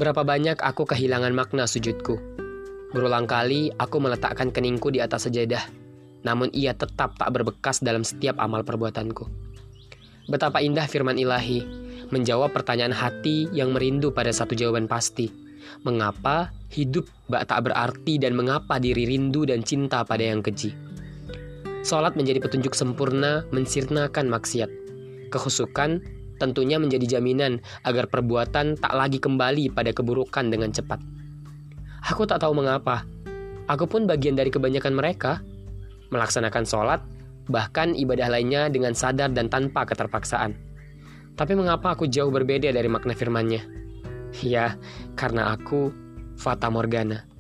Berapa banyak aku kehilangan makna sujudku. Berulang kali aku meletakkan keningku di atas sajadah, namun ia tetap tak berbekas dalam setiap amal perbuatanku. Betapa indah firman ilahi, menjawab pertanyaan hati yang merindu pada satu jawaban pasti. Mengapa hidup tak berarti dan mengapa diri rindu dan cinta pada yang keji? Salat menjadi petunjuk sempurna mensirnakan maksiat. Kehusukan tentunya menjadi jaminan agar perbuatan tak lagi kembali pada keburukan dengan cepat. Aku tak tahu mengapa. Aku pun bagian dari kebanyakan mereka. Melaksanakan salat, bahkan ibadah lainnya dengan sadar dan tanpa keterpaksaan. Tapi mengapa aku jauh berbeda dari makna firman-Nya? Ya, karena aku fata morgana.